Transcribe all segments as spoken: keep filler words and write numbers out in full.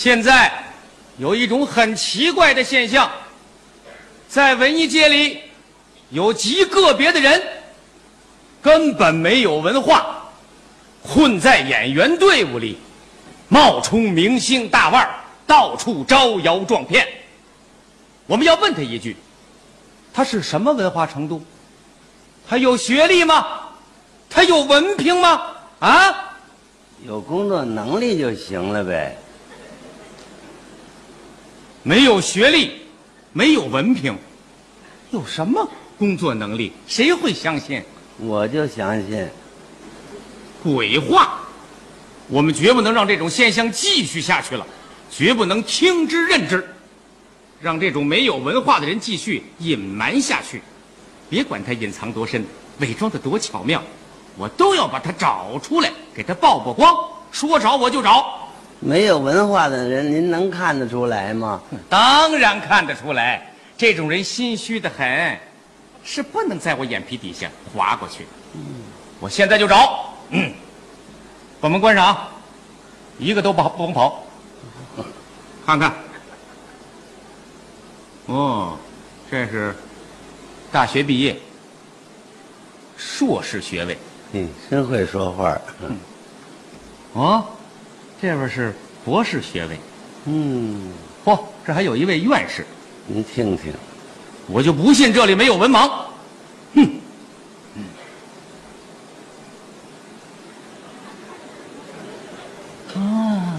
现在有一种很奇怪的现象，在文艺界里，有极个别的人根本没有文化，混在演员队伍里，冒充明星大腕儿，到处招摇撞骗。我们要问他一句：他是什么文化程度？他有学历吗？他有文凭吗？啊？ 有工作能力就行了呗。 没有学历，没有文凭，有什么工作能力？谁会相信？ 我就相信。 鬼话！我们绝不能让这种现象继续下去了，绝不能听之任之，让这种没有文化的人继续隐瞒下去。别管他隐藏多深，伪装的多巧妙，我都要把他找出来，给他曝曝光。说找我就找。 没有文化的人，您能看得出来吗？ 当然看得出来，这种人心虚得很，是不能在我眼皮底下划过去。嗯，我现在就找。嗯，把门关上，一个都不不甭跑。看看。哦，这是大学毕业，硕士学位。 嗯，真会说话。 嗯。哦，这边是博士学位。 嗯。 嚯、哦，这还有一位院士。 您听听， 我就不信这里没有文盲。哼。 啊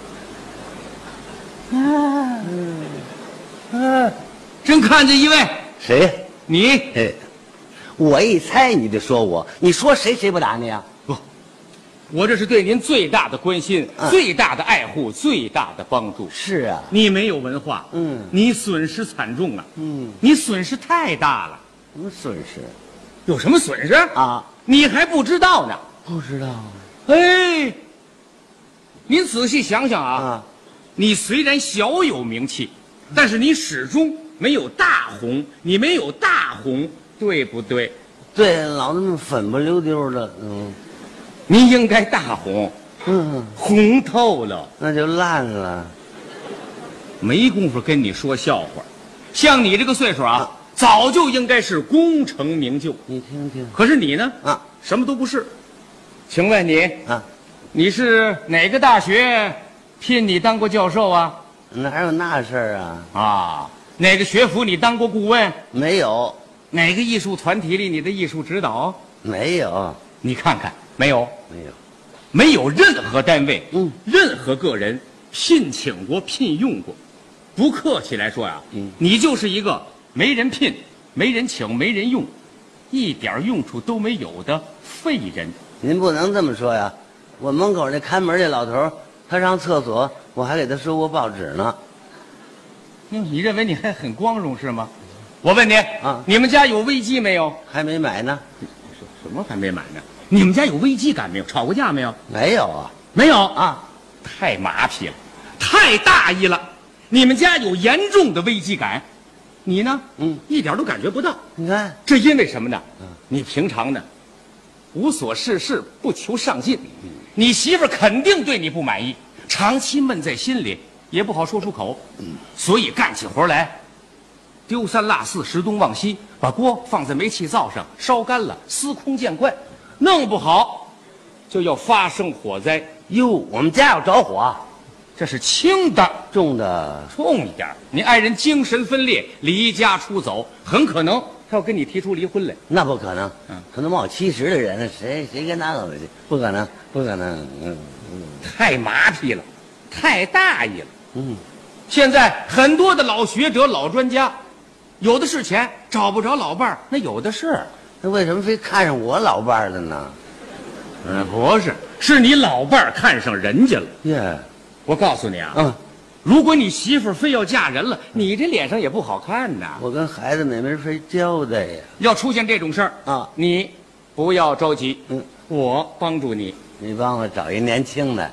啊嗯啊！ 真看见一位？ 谁？ 你？ 哎，我一猜你就说我，你说谁谁不打你啊？ 不，我这是对您最大的关心、嗯、最大的爱护、最大的帮助。 是啊， 你没有文化， 嗯， 你损失惨重啊， 嗯， 你损失太大了。 什么损失？ 有什么损失啊？ 你还不知道呢？ 不知道。 哎，您仔细想想啊， 啊你虽然小有名气，但是你始终没有大红，你没有大红，对不对？ 对，老那么粉不溜丢的，嗯， 您应该大红， 嗯， 红透了， 那就烂了。 没工夫跟你说笑话。像你这个岁数啊，啊早就应该是功成名就。 你听听， 可是你呢？ 啊， 什么都不是。请问你啊， 你是哪个大学聘你当过教授啊？ 哪有那事儿啊？ 啊，哪个学府你当过顾问？ 没有。 哪个艺术团体里你的艺术指导？ 没有。 你看看，没有， 没有， 没有任何单位， 嗯， 任何个人聘请过、聘用过。不客气来说呀、啊， 嗯， 你就是一个没人聘、没人请、没人用，一点用处都没有的废人。 您不能这么说呀！我门口那看门这老头，他上厕所，我还给他收过报纸呢。 嗯，你认为你还很光荣是吗？我问你啊， 你们家有危机没有？ 还没买呢。 什么还没买呢？你们家有危机感没有？吵过架没有？ 没有啊， 没有啊， 太马屁了，太大意了。你们家有严重的危机感，你呢？ 嗯， 一点都感觉不到。 你看， 这因为什么呢？ 嗯， 你平常呢，无所事事，不求上进。嗯，你媳妇肯定对你不满意，长期闷在心里，也不好说出口。嗯，所以干起活来，丢三落四，拾东忘西，把锅放在煤气灶上烧干了，司空见惯，弄不好就要发生火灾。 哟，我们家要着火， 这是轻的， 重的重一点。你爱人精神分裂，离家出走，很可能他要跟你提出离婚来。 那不可能， 嗯， 他都冒七十的人，谁谁跟他走去？不可能，不可能，嗯嗯，太马屁了，太大意了。 嗯， 现在很多的老学者、老专家，有的是钱，找不着老伴儿，那有的是。 那为什么非看上我老伴儿了呢？ 嗯，不是，是你老伴儿看上人家了。 耶， 我告诉你啊， 嗯， 如果你媳妇儿非要嫁人了，你这脸上也不好看呐。 我跟孩子们没法交代呀。 要出现这种事儿啊， 你不要着急， 嗯， 我帮助你。 你帮我找一年轻的。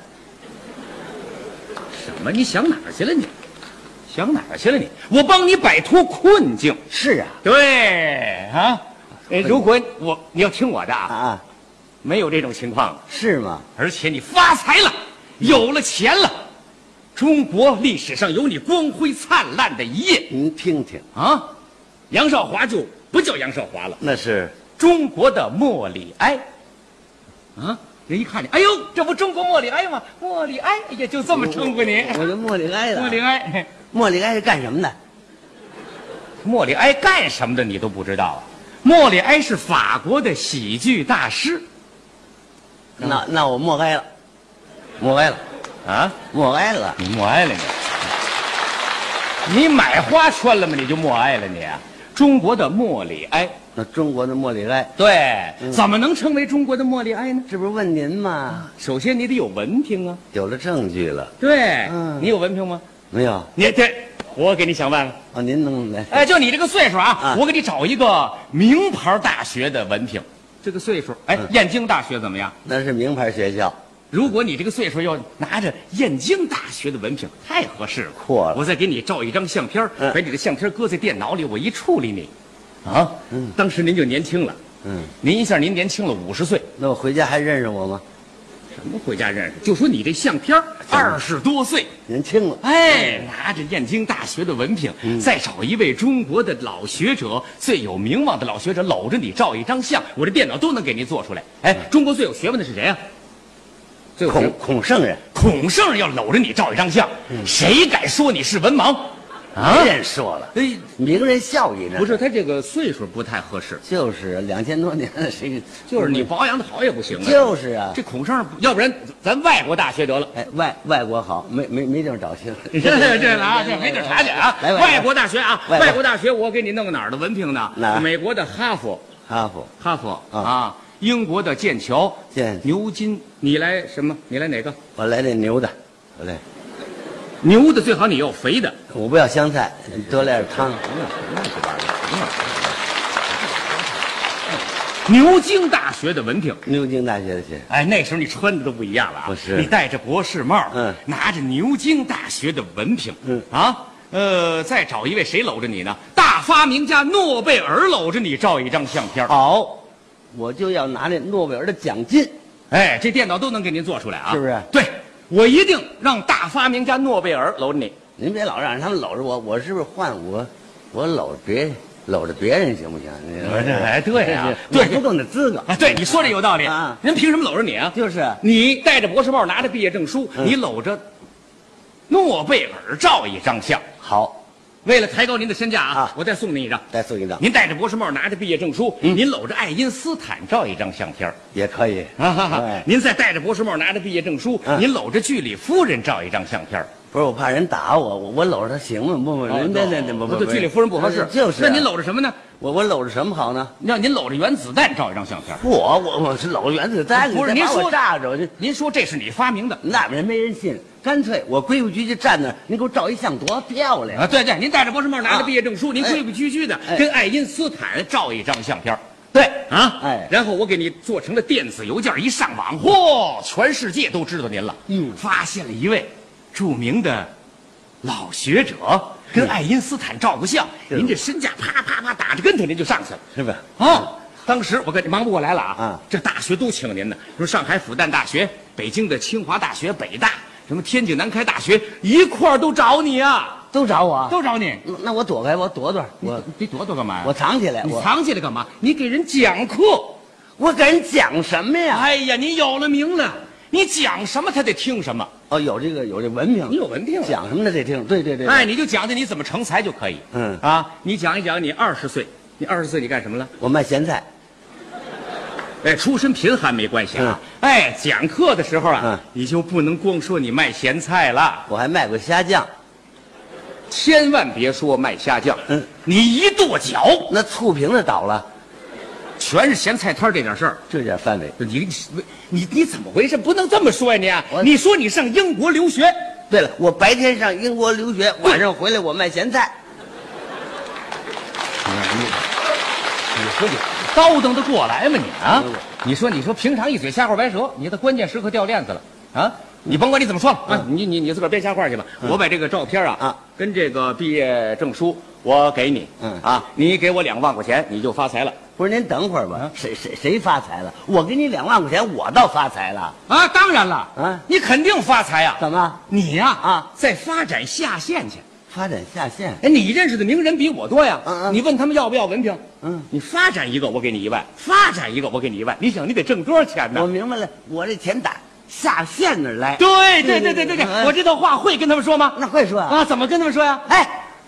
什么？你想哪儿去了你？想哪儿去了你？我帮你摆脱困境。 是啊， 对啊，呃，如果我你要听我的啊， 啊， 没有这种情况， 是吗？ 而且你发财了，有了钱了， 中国历史上有你光辉灿烂的一页。 您听听啊，杨少华就不叫杨少华了， 那是中国的莫里埃。啊，人一看你，哎呦，这不中国莫里埃吗？莫里埃，也就这么称呼你。 我就莫里埃了。 莫里埃， 莫里埃是干什么的？ 莫里埃干什么的你都不知道啊？莫里埃是法国的喜剧大师。 那那我默哀了，默哀了啊， 默哀了。 你默哀了你？你买花圈了吗？你就默哀了你？中国的莫里埃。 那中国的莫里埃， 对，嗯、怎么能称为中国的莫里埃呢？ 这不是问您吗？ 首先你得有文凭啊。 有了证据了。 对，嗯，你有文凭吗？ 没有。 你对，我给你想办法。 哦，您能来？ 哎，就你这个岁数啊， 啊我给你找一个名牌大学的文凭。这个岁数，哎， 嗯、 燕京大学怎么样？ 那是名牌学校。 如果你这个岁数要拿着燕京大学的文凭，太合适了。 阔了。 我再给你照一张相片，嗯、把你的相片搁在电脑里，我一处理你。啊，嗯，当时您就年轻了，嗯，您一下您年轻了五十岁， 那我回家还认识我吗？ 什么回家认识？就说你这相片二十多岁， 年轻了， 哎，拿着燕京大学的文凭，嗯、再找一位中国的老学者，最有名望的老学者，搂着你照一张相，我这电脑都能给您做出来。哎，嗯、中国最有学问的是谁呀、啊？ 最有孔孔圣人， 孔圣人要搂着你照一张相，嗯、谁敢说你是文盲？ 没人说了，哎，名人效益呢？ 不是他这个岁数不太合适， 就是两千多年了，谁就是你保养的好也不行啊。 就是啊， 这孔圣，要不然咱外国大学得了。 哎，外外国好，没没没地方找去了。 这这了啊，这没地儿查去啊。来，外国大学啊，外国大学，我给你弄个哪儿的文凭呢？ 哪？ 美国的哈佛， 哈佛， 哈佛啊，英国的剑桥， 剑牛津，你来什么？你来哪个？ 我来这牛的，我来。 牛的最好你要肥的， 我不要香菜，多来点汤。 牛津大学的文凭， 牛津大学的去。 哎，那时候你穿的都不一样了啊！ 不是， 你戴着博士帽， 嗯， 拿着牛津大学的文凭， 嗯啊，呃，再找一位谁搂着你呢？大发明家诺贝尔搂着你照一张相片。 好，我就要拿那诺贝尔的奖金。 哎，这电脑都能给您做出来啊！ 是不是？ 对。我一定让大发明家诺贝尔搂着你。 您别老让他们搂着我，我是不是换我，我搂着别人，搂着别人行不行？ 我这哎，对呀， 对，不够那资格啊！对，你说这有道理啊！ 人凭什么搂着你啊？ 就是你戴着博士帽，拿着毕业证书，你搂着诺贝尔照一张相。 好。 为了抬高您的身价啊， 啊我再送您一张， 再送一张。 您戴着博士帽，拿着毕业证书，嗯、您搂着爱因斯坦照一张相片也可以啊哈哈。您再戴着博士帽，拿着毕业证书，啊、您搂着居里夫人照一张相片不是我怕人打我，我我搂着他行吗？不不，人别那那不不，对居里夫人不合适。 就是， 那您搂着什么呢？ 我我搂着什么好呢？ 让您搂着原子弹照一张相片我我我是搂着原子弹， 不是您说炸着？ 您说这是你发明的， 那人没人信。干脆我规规矩矩站那儿，您给我照一相，多漂亮啊！对对，您戴着博士帽，拿着毕业证书，您规规矩矩的跟爱因斯坦照一张相片对啊， 哎， 然后我给你做成了电子邮件，一上网，嚯，全世界都知道您了。 嗯， 发现了一位著名的老学者，跟爱因斯坦照个相，您这身价啪啪啪打着跟头，您就上去了， 是吧？ 啊，当时我跟你忙不过来了啊！ 啊， 这大学都请您呢，说上海复旦大学、北京的清华大学、北大。什么天津南开大学一块儿都找你啊， 都找我， 都找你。 那我躲开，我躲躲，我你躲躲干嘛呀？ 我藏起来， 你藏起来干嘛？你给人讲课， 我给人讲什么呀？ 哎呀，你有了名了，你讲什么他得听什么。 哦，有这个有这文凭， 你有文凭， 讲什么他得听。对对对， 哎，你就讲讲你怎么成才就可以。 嗯啊，你讲一讲你二十岁，你二十岁你干什么了？ 我卖咸菜。 哎，出身贫寒没关系啊。嗯、哎，讲课的时候啊， 嗯、 你就不能光说你卖咸菜了。 我还卖过虾酱， 千万别说卖虾酱。 嗯， 你一跺脚， 那醋瓶子倒了， 全是咸菜摊这点事儿， 这点范围。 你你你怎么回事？不能这么说呀你！你说你上英国留学？ 对了，我白天上英国留学，晚上回来我卖咸菜。 你你说你。叨腾得过来吗你啊？你说你说平常一嘴瞎话白舌，你在关键时刻掉链子了啊！你甭管你怎么说了啊，你你你自个儿编瞎话去吧。我把这个照片啊啊跟这个毕业证书我给你， 嗯啊，你给我两万块钱你就发财了。 不是您等会儿吧？谁谁谁发财了？我给你两万块钱，我倒发财了。 啊，当然了， 啊你肯定发财呀！ 怎么你呀啊在发展下线去。 发展下线？ 哎，你认识的名人比我多呀。 嗯嗯你问他们要不要文凭？ 嗯， 你发展一个，我给你一万；发展一个，我给你一万。你想，你得挣多少钱呢我？明白了，我这钱打下线那儿来。 对对对对对对， 嗯我这套话会跟他们说吗？ 那会说啊？ 啊，怎么跟他们说呀？ 哎，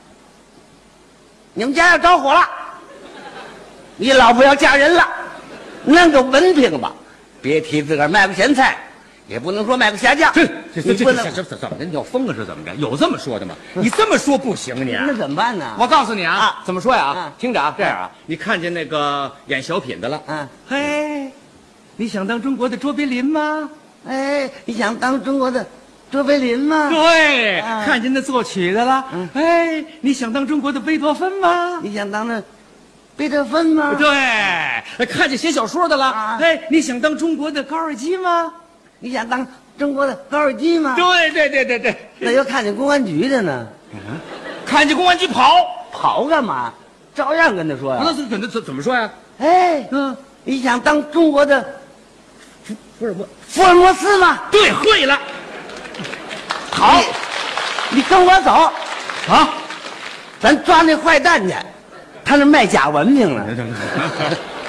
你们家要着火了，你老婆要嫁人了，弄个文凭吧，别提自个儿卖个咸菜，也不能说卖个虾酱。 这这这你不能这这这怎么的？你要疯了是怎么着？有这么说的吗？你这么说不行，你。 那怎么办呢？ 我告诉你啊， 啊怎么说呀？啊啊， 听着啊，这样啊，你看见那个演小品的了？ 嗯， 嘿，你想当中国的卓别林吗？ 哎，你想当中国的卓别林吗？ 对， 啊看见那作曲的了。 嗯哎，你想当中国的贝多芬吗？ 你想当那贝多芬吗？ 对，看见写小说的了。 啊哎，你想当中国的高尔基吗？ 你想当中国的高尔基吗？ 对对对对对， 那要看见公安局的呢， 看见公安局跑， 跑干嘛？照样跟他说呀、 那是怎么怎怎么说呀？ 哎， 嗯， 你想当中国的福尔摩， 福尔摩斯吗？ 对，会了。 好，你跟我走， 啊， 咱抓那坏蛋去，他那卖假文凭了。